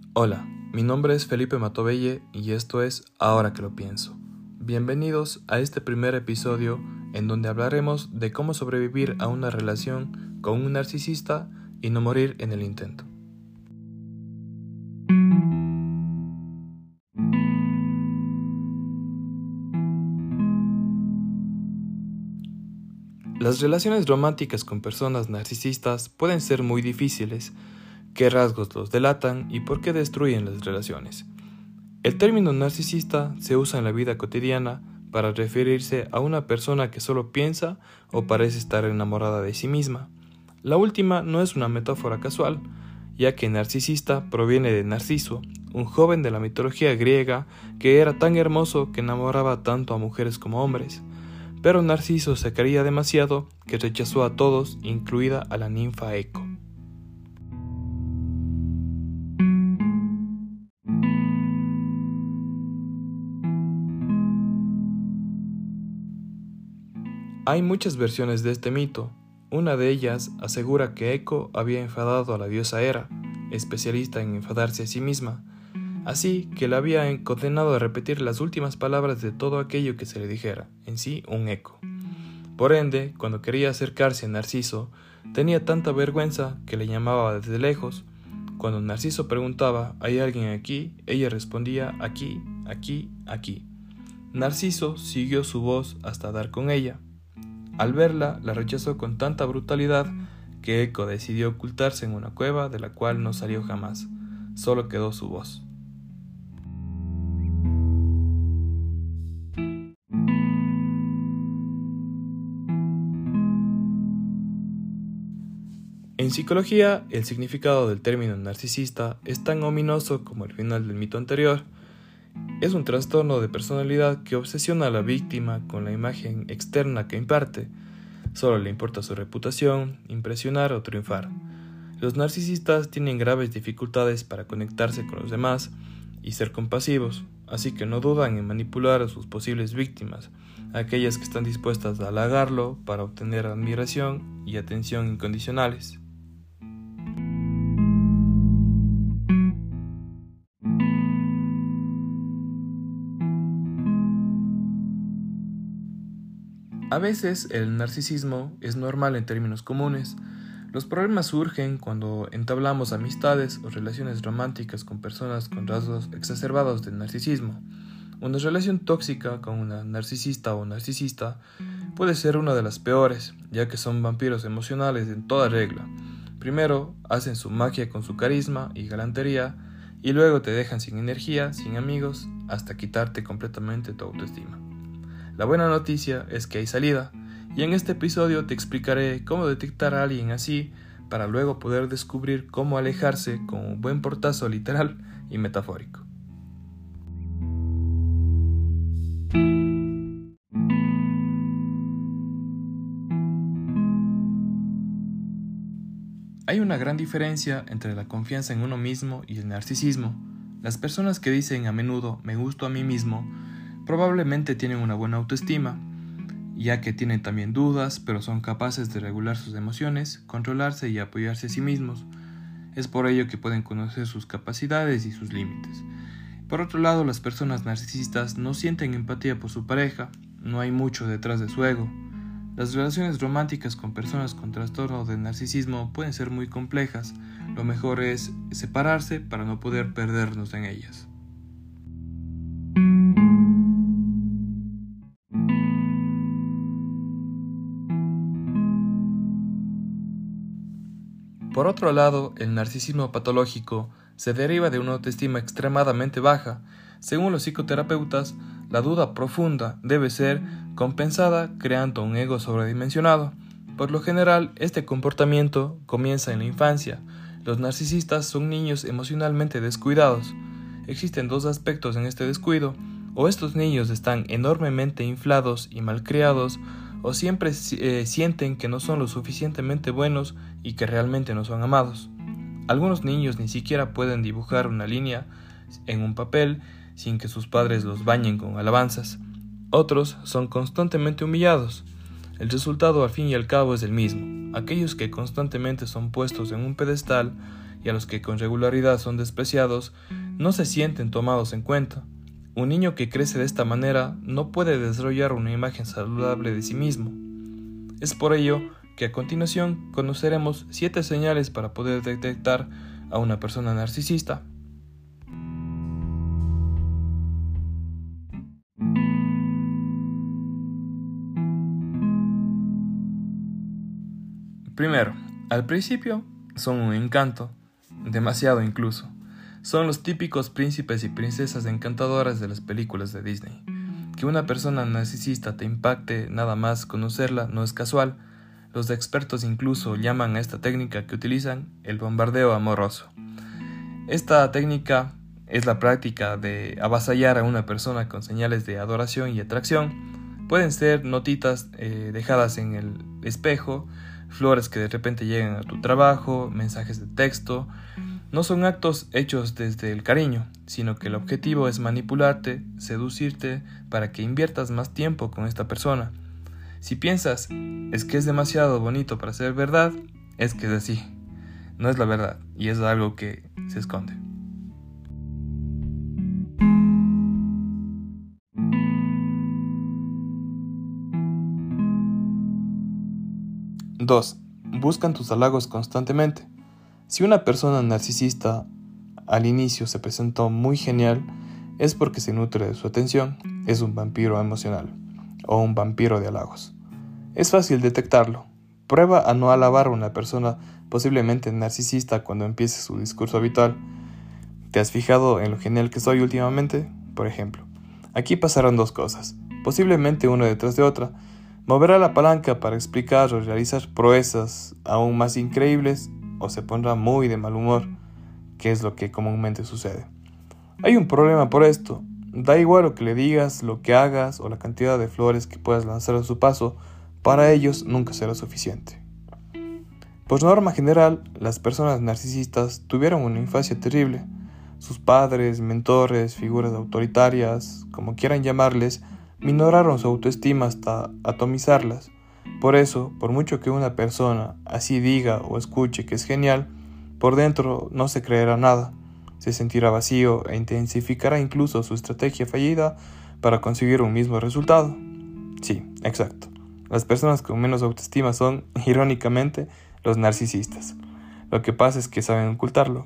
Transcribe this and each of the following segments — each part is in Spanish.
Hola, mi nombre es Felipe Matobelle y esto es Ahora que lo pienso. Bienvenidos a este primer episodio en donde hablaremos de cómo sobrevivir a una relación con un narcisista y no morir en el intento. Las relaciones románticas con personas narcisistas pueden ser muy difíciles. ¿Qué rasgos los delatan y por qué destruyen las relaciones? El término narcisista se usa en la vida cotidiana para referirse a una persona que solo piensa o parece estar enamorada de sí misma. La última no es una metáfora casual, ya que narcisista proviene de Narciso, un joven de la mitología griega que era tan hermoso que enamoraba tanto a mujeres como a hombres. Pero Narciso se quería demasiado que rechazó a todos, incluida a la ninfa Eco. Hay muchas versiones de este mito. Una de ellas asegura que Eco había enfadado a la diosa Hera, especialista en enfadarse a sí misma, así que la había condenado a repetir las últimas palabras de todo aquello que se le dijera, en sí un eco. Por ende, cuando quería acercarse a Narciso, tenía tanta vergüenza que le llamaba desde lejos. Cuando Narciso preguntaba ¿hay alguien aquí?, ella respondía aquí, aquí, aquí. Narciso siguió su voz hasta dar con ella. Al verla, la rechazó con tanta brutalidad que Eco decidió ocultarse en una cueva de la cual no salió jamás. Solo quedó su voz. En psicología, el significado del término narcisista es tan ominoso como el final del mito anterior. Es un trastorno de personalidad que obsesiona a la víctima con la imagen externa que imparte. Solo le importa su reputación, impresionar o triunfar. Los narcisistas tienen graves dificultades para conectarse con los demás y ser compasivos, así que no dudan en manipular a sus posibles víctimas, aquellas que están dispuestas a halagarlo para obtener admiración y atención incondicionales. A veces el narcisismo es normal en términos comunes. Los problemas surgen cuando entablamos amistades o relaciones románticas con personas con rasgos exacerbados de narcisismo. Una relación tóxica con una narcisista o narcisista puede ser una de las peores, ya que son vampiros emocionales en toda regla. Primero hacen su magia con su carisma y galantería, y luego te dejan sin energía, sin amigos, hasta quitarte completamente tu autoestima. La buena noticia es que hay salida, y en este episodio te explicaré cómo detectar a alguien así para luego poder descubrir cómo alejarse con un buen portazo literal y metafórico. Hay una gran diferencia entre la confianza en uno mismo y el narcisismo. Las personas que dicen a menudo "me gusto a mí mismo" probablemente tienen una buena autoestima, ya que tienen también dudas, pero son capaces de regular sus emociones, controlarse y apoyarse a sí mismos. Es por ello que pueden conocer sus capacidades y sus límites. Por otro lado, las personas narcisistas no sienten empatía por su pareja, no hay mucho detrás de su ego. Las relaciones románticas con personas con trastorno de narcisismo pueden ser muy complejas. Lo mejor es separarse para no poder perdernos en ellas. Por otro lado, el narcisismo patológico se deriva de una autoestima extremadamente baja. Según los psicoterapeutas, la duda profunda debe ser compensada creando un ego sobredimensionado. Por lo general, este comportamiento comienza en la infancia. Los narcisistas son niños emocionalmente descuidados. Existen dos aspectos en este descuido: o estos niños están enormemente inflados y malcriados, o siempre sienten que no son lo suficientemente buenos y que realmente no son amados. Algunos niños ni siquiera pueden dibujar una línea en un papel sin que sus padres los bañen con alabanzas. Otros son constantemente humillados. El resultado al fin y al cabo es el mismo. Aquellos que constantemente son puestos en un pedestal y a los que con regularidad son despreciados, no se sienten tomados en cuenta. Un niño que crece de esta manera no puede desarrollar una imagen saludable de sí mismo. Es por ello que a continuación conoceremos 7 señales para poder detectar a una persona narcisista. Primero, al principio son un encanto, demasiado incluso. Son los típicos príncipes y princesas encantadoras de las películas de Disney. Que una persona narcisista te impacte nada más conocerla no es casual. Los expertos incluso llaman a esta técnica que utilizan el bombardeo amoroso. Esta técnica es la práctica de avasallar a una persona con señales de adoración y atracción. Pueden ser notitas dejadas en el espejo, flores que de repente llegan a tu trabajo, mensajes de texto. No son actos hechos desde el cariño, sino que el objetivo es manipularte, seducirte para que inviertas más tiempo con esta persona. Si piensas, es que es demasiado bonito para ser verdad, es que es así. No es la verdad, y es algo que se esconde. Dos, buscan tus halagos constantemente. Si una persona narcisista al inicio se presentó muy genial, es porque se nutre de su atención, es un vampiro emocional o un vampiro de halagos. Es fácil detectarlo. Prueba a no alabar a una persona posiblemente narcisista cuando empiece su discurso habitual. ¿Te has fijado en lo genial que soy últimamente? Por ejemplo, aquí pasarán 2 cosas, posiblemente una detrás de otra. Moverá la palanca para explicar o realizar proezas aún más increíbles, o se pondrá muy de mal humor, que es lo que comúnmente sucede. Hay un problema por esto. Da igual lo que le digas, lo que hagas o la cantidad de flores que puedas lanzar a su paso, para ellos nunca será suficiente. Por norma general, las personas narcisistas tuvieron una infancia terrible. Sus padres, mentores, figuras autoritarias, como quieran llamarles, minoraron su autoestima hasta atomizarlas. Por eso, por mucho que una persona así diga o escuche que es genial, por dentro no se creerá nada, se sentirá vacío e intensificará incluso su estrategia fallida para conseguir un mismo resultado. Sí, exacto. Las personas con menos autoestima son, irónicamente, los narcisistas. Lo que pasa es que saben ocultarlo.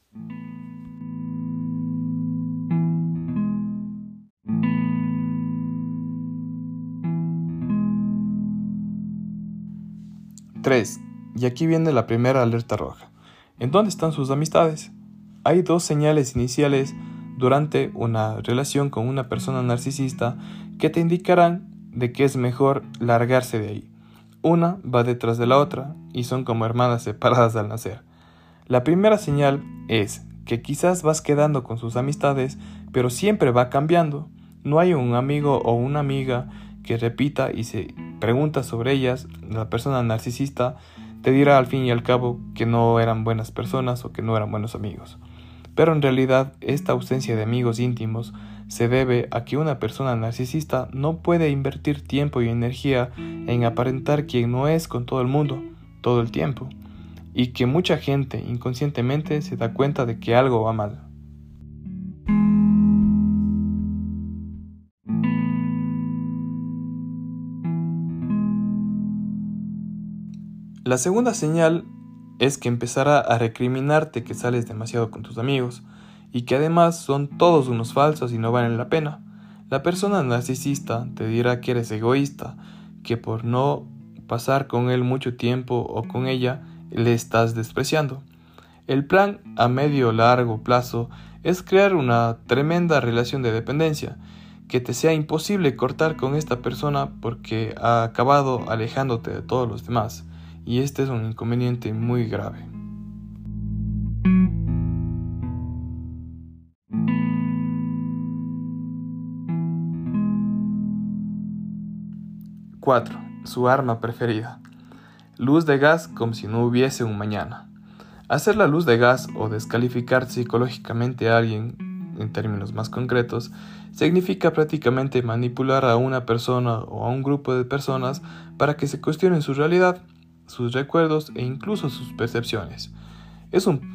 Tres. Y aquí viene la primera alerta roja. ¿En dónde están sus amistades? Hay 2 señales iniciales durante una relación con una persona narcisista que te indicarán de que es mejor largarse de ahí. Una va detrás de la otra y son como hermanas separadas al nacer. La primera señal es que quizás vas quedando con sus amistades, pero siempre va cambiando. No hay un amigo o una amiga que repita y se pregunta sobre ellas. La persona narcisista te dirá al fin y al cabo que no eran buenas personas o que no eran buenos amigos. Pero en realidad esta ausencia de amigos íntimos se debe a que una persona narcisista no puede invertir tiempo y energía en aparentar quien no es con todo el mundo, todo el tiempo, y que mucha gente inconscientemente se da cuenta de que algo va mal. La segunda señal es que empezará a recriminarte que sales demasiado con tus amigos y que además son todos unos falsos y no valen la pena. La persona narcisista te dirá que eres egoísta, que por no pasar con él mucho tiempo o con ella le estás despreciando. El plan a medio o largo plazo es crear una tremenda relación de dependencia, que te sea imposible cortar con esta persona porque ha acabado alejándote de todos los demás. Y este es un inconveniente muy grave. Cuatro. Su arma preferida. Luz de gas como si no hubiese un mañana. Hacer la luz de gas o descalificar psicológicamente a alguien, en términos más concretos, significa prácticamente manipular a una persona o a un grupo de personas para que se cuestionen su realidad, sus recuerdos e incluso sus percepciones. Es un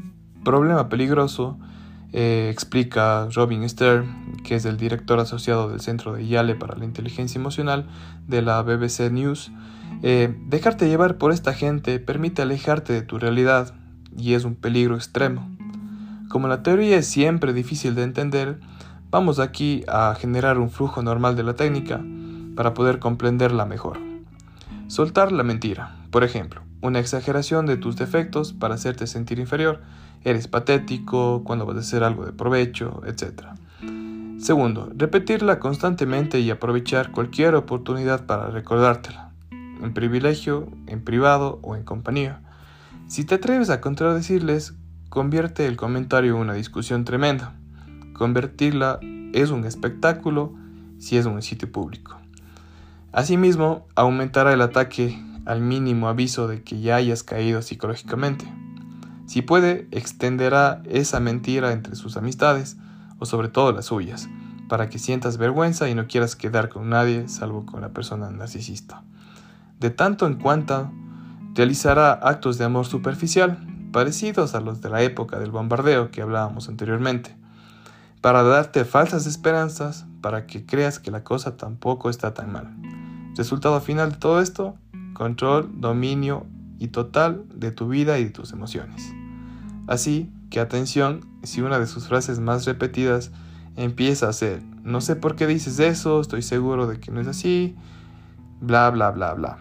problema peligroso, explica Robin Stern, que es el director asociado del Centro de Yale para la Inteligencia Emocional de la BBC News. Dejarte llevar por esta gente permite alejarte de tu realidad y es un peligro extremo. Como la teoría es siempre difícil de entender, vamos aquí a generar un flujo normal de la técnica para poder comprenderla mejor. Soltar la mentira, por ejemplo, una exageración de tus defectos para hacerte sentir inferior. Eres patético, cuando vas a hacer algo de provecho, etc. Segundo, repetirla constantemente y aprovechar cualquier oportunidad para recordártela, en privilegio, en privado o en compañía. Si te atreves a contradecirles, convierte el comentario en una discusión tremenda. Convertirla es un espectáculo si es un sitio público. Asimismo, aumentará el ataque al mínimo aviso de que ya hayas caído psicológicamente. Si puede, extenderá esa mentira entre sus amistades, o sobre todo las suyas, para que sientas vergüenza y no quieras quedar con nadie salvo con la persona narcisista. De tanto en cuanto, realizará actos de amor superficial, parecidos a los de la época del bombardeo que hablábamos anteriormente, para darte falsas esperanzas, para que creas que la cosa tampoco está tan mal. Resultado final de todo esto: control, dominio y total de tu vida y de tus emociones. Así que atención si una de sus frases más repetidas empieza a ser: no sé por qué dices eso, estoy seguro de que no es así, bla bla bla bla.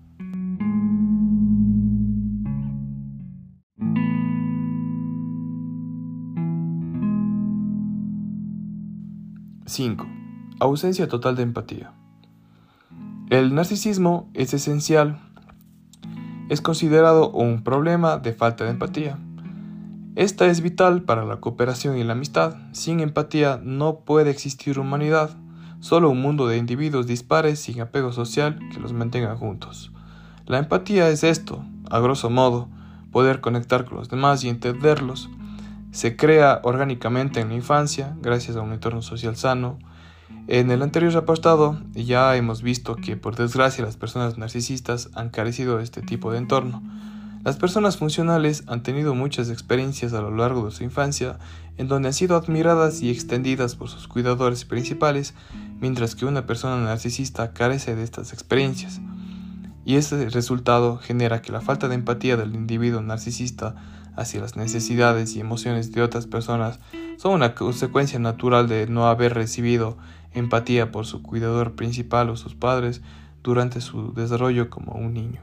(5) Ausencia total de empatía. El narcisismo es esencial. Es considerado un problema de falta de empatía. Esta es vital para la cooperación y la amistad. Sin empatía no puede existir humanidad, solo un mundo de individuos dispares sin apego social que los mantengan juntos. La empatía es esto, a grosso modo, poder conectar con los demás y entenderlos. Se crea orgánicamente en la infancia, gracias a un entorno social sano. En el anterior apartado ya hemos visto que, por desgracia, las personas narcisistas han carecido de este tipo de entorno. Las personas funcionales han tenido muchas experiencias a lo largo de su infancia en donde han sido admiradas y extendidas por sus cuidadores principales, mientras que una persona narcisista carece de estas experiencias. Y ese resultado genera que la falta de empatía del individuo narcisista hacia las necesidades y emociones de otras personas son una consecuencia natural de no haber recibido empatía por su cuidador principal o sus padres durante su desarrollo como un niño.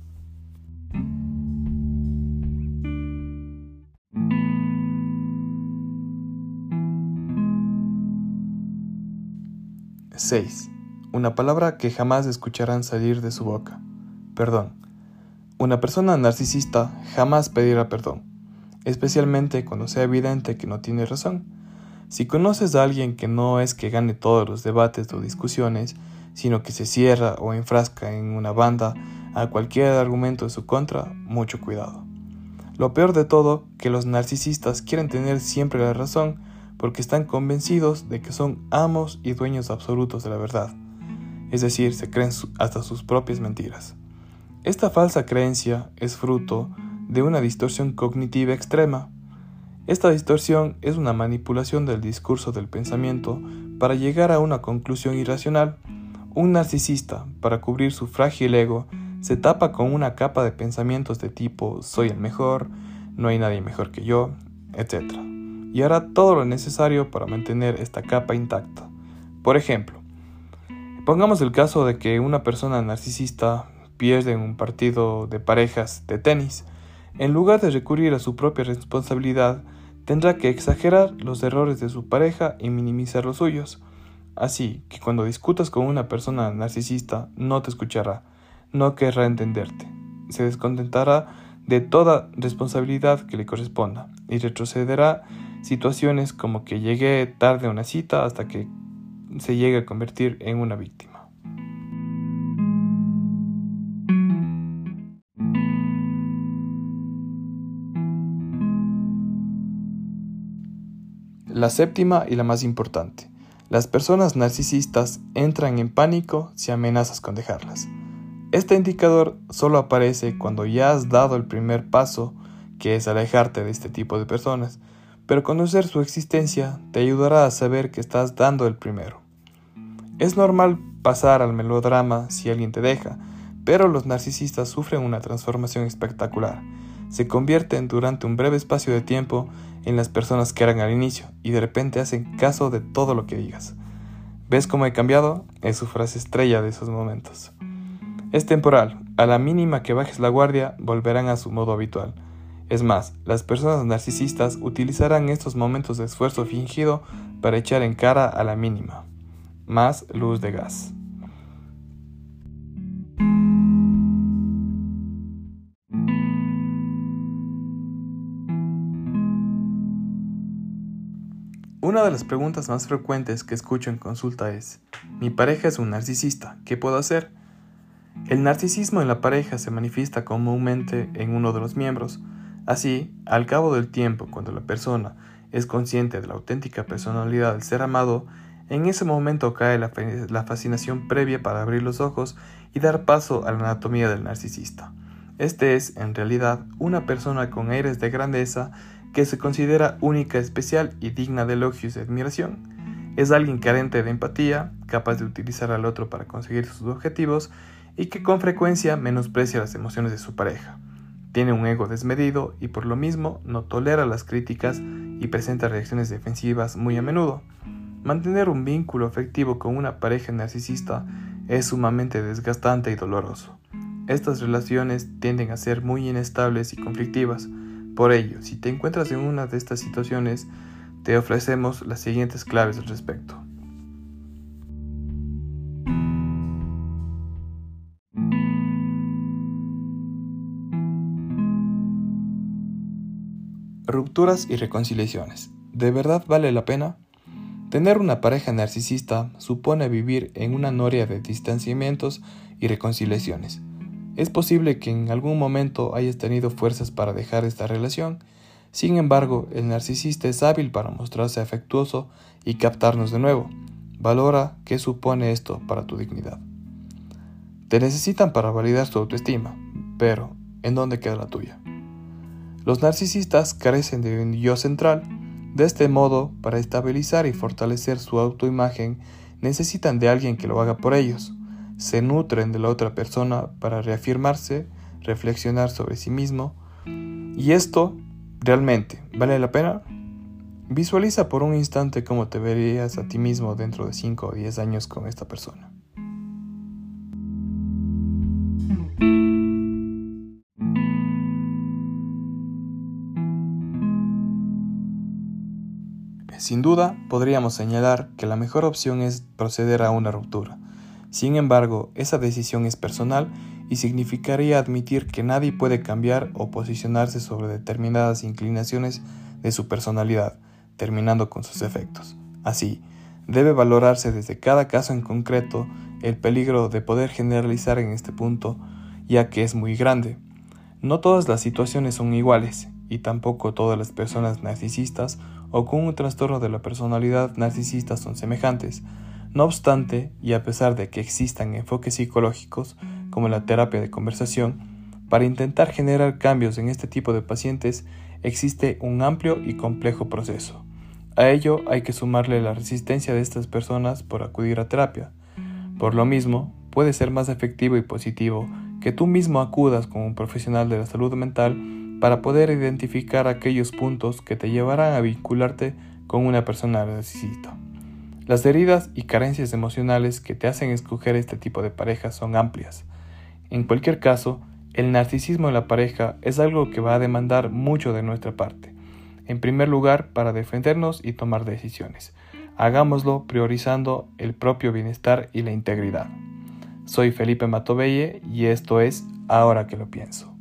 (6) Una palabra que jamás escucharán salir de su boca: perdón. Una persona narcisista jamás pedirá perdón, especialmente cuando sea evidente que no tiene razón. Si conoces a alguien que no es que gane todos los debates o discusiones, sino que se cierra o enfrasca en una banda a cualquier argumento en su contra, mucho cuidado. Lo peor de todo, que los narcisistas quieren tener siempre la razón porque están convencidos de que son amos y dueños absolutos de la verdad. Es decir, se creen hasta sus propias mentiras. Esta falsa creencia es fruto de una distorsión cognitiva extrema. Esta distorsión es una manipulación del discurso del pensamiento para llegar a una conclusión irracional. Un narcisista, para cubrir su frágil ego, se tapa con una capa de pensamientos de tipo soy el mejor, no hay nadie mejor que yo, etc. Y hará todo lo necesario para mantener esta capa intacta. Por ejemplo, pongamos el caso de que una persona narcisista pierde en un partido de parejas de tenis. En lugar de recurrir a su propia responsabilidad, tendrá que exagerar los errores de su pareja y minimizar los suyos. Así que cuando discutas con una persona narcisista, no te escuchará, no querrá entenderte, se descontentará de toda responsabilidad que le corresponda y retrocederá situaciones como que llegué tarde a una cita hasta que se llegue a convertir en una víctima. La séptima y la más importante. Las personas narcisistas entran en pánico si amenazas con dejarlas. Este indicador solo aparece cuando ya has dado el primer paso que es alejarte de este tipo de personas, pero conocer su existencia te ayudará a saber que estás dando el primero. Es normal pasar al melodrama si alguien te deja, pero los narcisistas sufren una transformación espectacular. Se convierten durante un breve espacio de tiempo en las personas que eran al inicio y de repente hacen caso de todo lo que digas. ¿Ves cómo he cambiado? Es su frase estrella de esos momentos. Es temporal, a la mínima que bajes la guardia volverán a su modo habitual. Es más, las personas narcisistas utilizarán estos momentos de esfuerzo fingido para echar en cara a la mínima. Más luz de gas. Una de las preguntas más frecuentes que escucho en consulta es: mi pareja es un narcisista, ¿qué puedo hacer? El narcisismo en la pareja se manifiesta comúnmente en uno de los miembros. Así, al cabo del tiempo, cuando la persona es consciente de la auténtica personalidad del ser amado, en ese momento cae la fascinación previa para abrir los ojos y dar paso a la anatomía del narcisista. Este es, en realidad, una persona con aires de grandeza que se considera única, especial y digna de elogios y admiración. Es alguien carente de empatía, capaz de utilizar al otro para conseguir sus objetivos y que con frecuencia menosprecia las emociones de su pareja. Tiene un ego desmedido y por lo mismo no tolera las críticas y presenta reacciones defensivas muy a menudo. Mantener un vínculo afectivo con una pareja narcisista es sumamente desgastante y doloroso. Estas relaciones tienden a ser muy inestables y conflictivas. Por ello, si te encuentras en una de estas situaciones, te ofrecemos las siguientes claves al respecto. Rupturas y reconciliaciones. ¿De verdad vale la pena? Tener una pareja narcisista supone vivir en una noria de distanciamientos y reconciliaciones. Es posible que en algún momento hayas tenido fuerzas para dejar esta relación. Sin embargo, el narcisista es hábil para mostrarse afectuoso y captarnos de nuevo. Valora qué supone esto para tu dignidad. Te necesitan para validar tu autoestima, pero ¿en dónde queda la tuya? Los narcisistas carecen de un yo central. De este modo, para estabilizar y fortalecer su autoimagen, necesitan de alguien que lo haga por ellos. Se nutren de la otra persona para reafirmarse, reflexionar sobre sí mismo. ¿Y esto realmente vale la pena? Visualiza por un instante cómo te verías a ti mismo dentro de 5 o 10 años con esta persona. Sin duda, podríamos señalar que la mejor opción es proceder a una ruptura. Sin embargo, esa decisión es personal y significaría admitir que nadie puede cambiar o posicionarse sobre determinadas inclinaciones de su personalidad, terminando con sus efectos. Así, debe valorarse desde cada caso en concreto el peligro de poder generalizar en este punto, ya que es muy grande. No todas las situaciones son iguales, y tampoco todas las personas narcisistas o con un trastorno de la personalidad narcisista son semejantes. No obstante, y a pesar de que existan enfoques psicológicos, como la terapia de conversación, para intentar generar cambios en este tipo de pacientes existe un amplio y complejo proceso. A ello hay que sumarle la resistencia de estas personas por acudir a terapia. Por lo mismo, puede ser más efectivo y positivo que tú mismo acudas con un profesional de la salud mental para poder identificar aquellos puntos que te llevarán a vincularte con una persona narcisista. Las heridas y carencias emocionales que te hacen escoger este tipo de pareja son amplias. En cualquier caso, el narcisismo en la pareja es algo que va a demandar mucho de nuestra parte. En primer lugar, para defendernos y tomar decisiones. Hagámoslo priorizando el propio bienestar y la integridad. Soy Felipe Matovelle y esto es Ahora que lo pienso.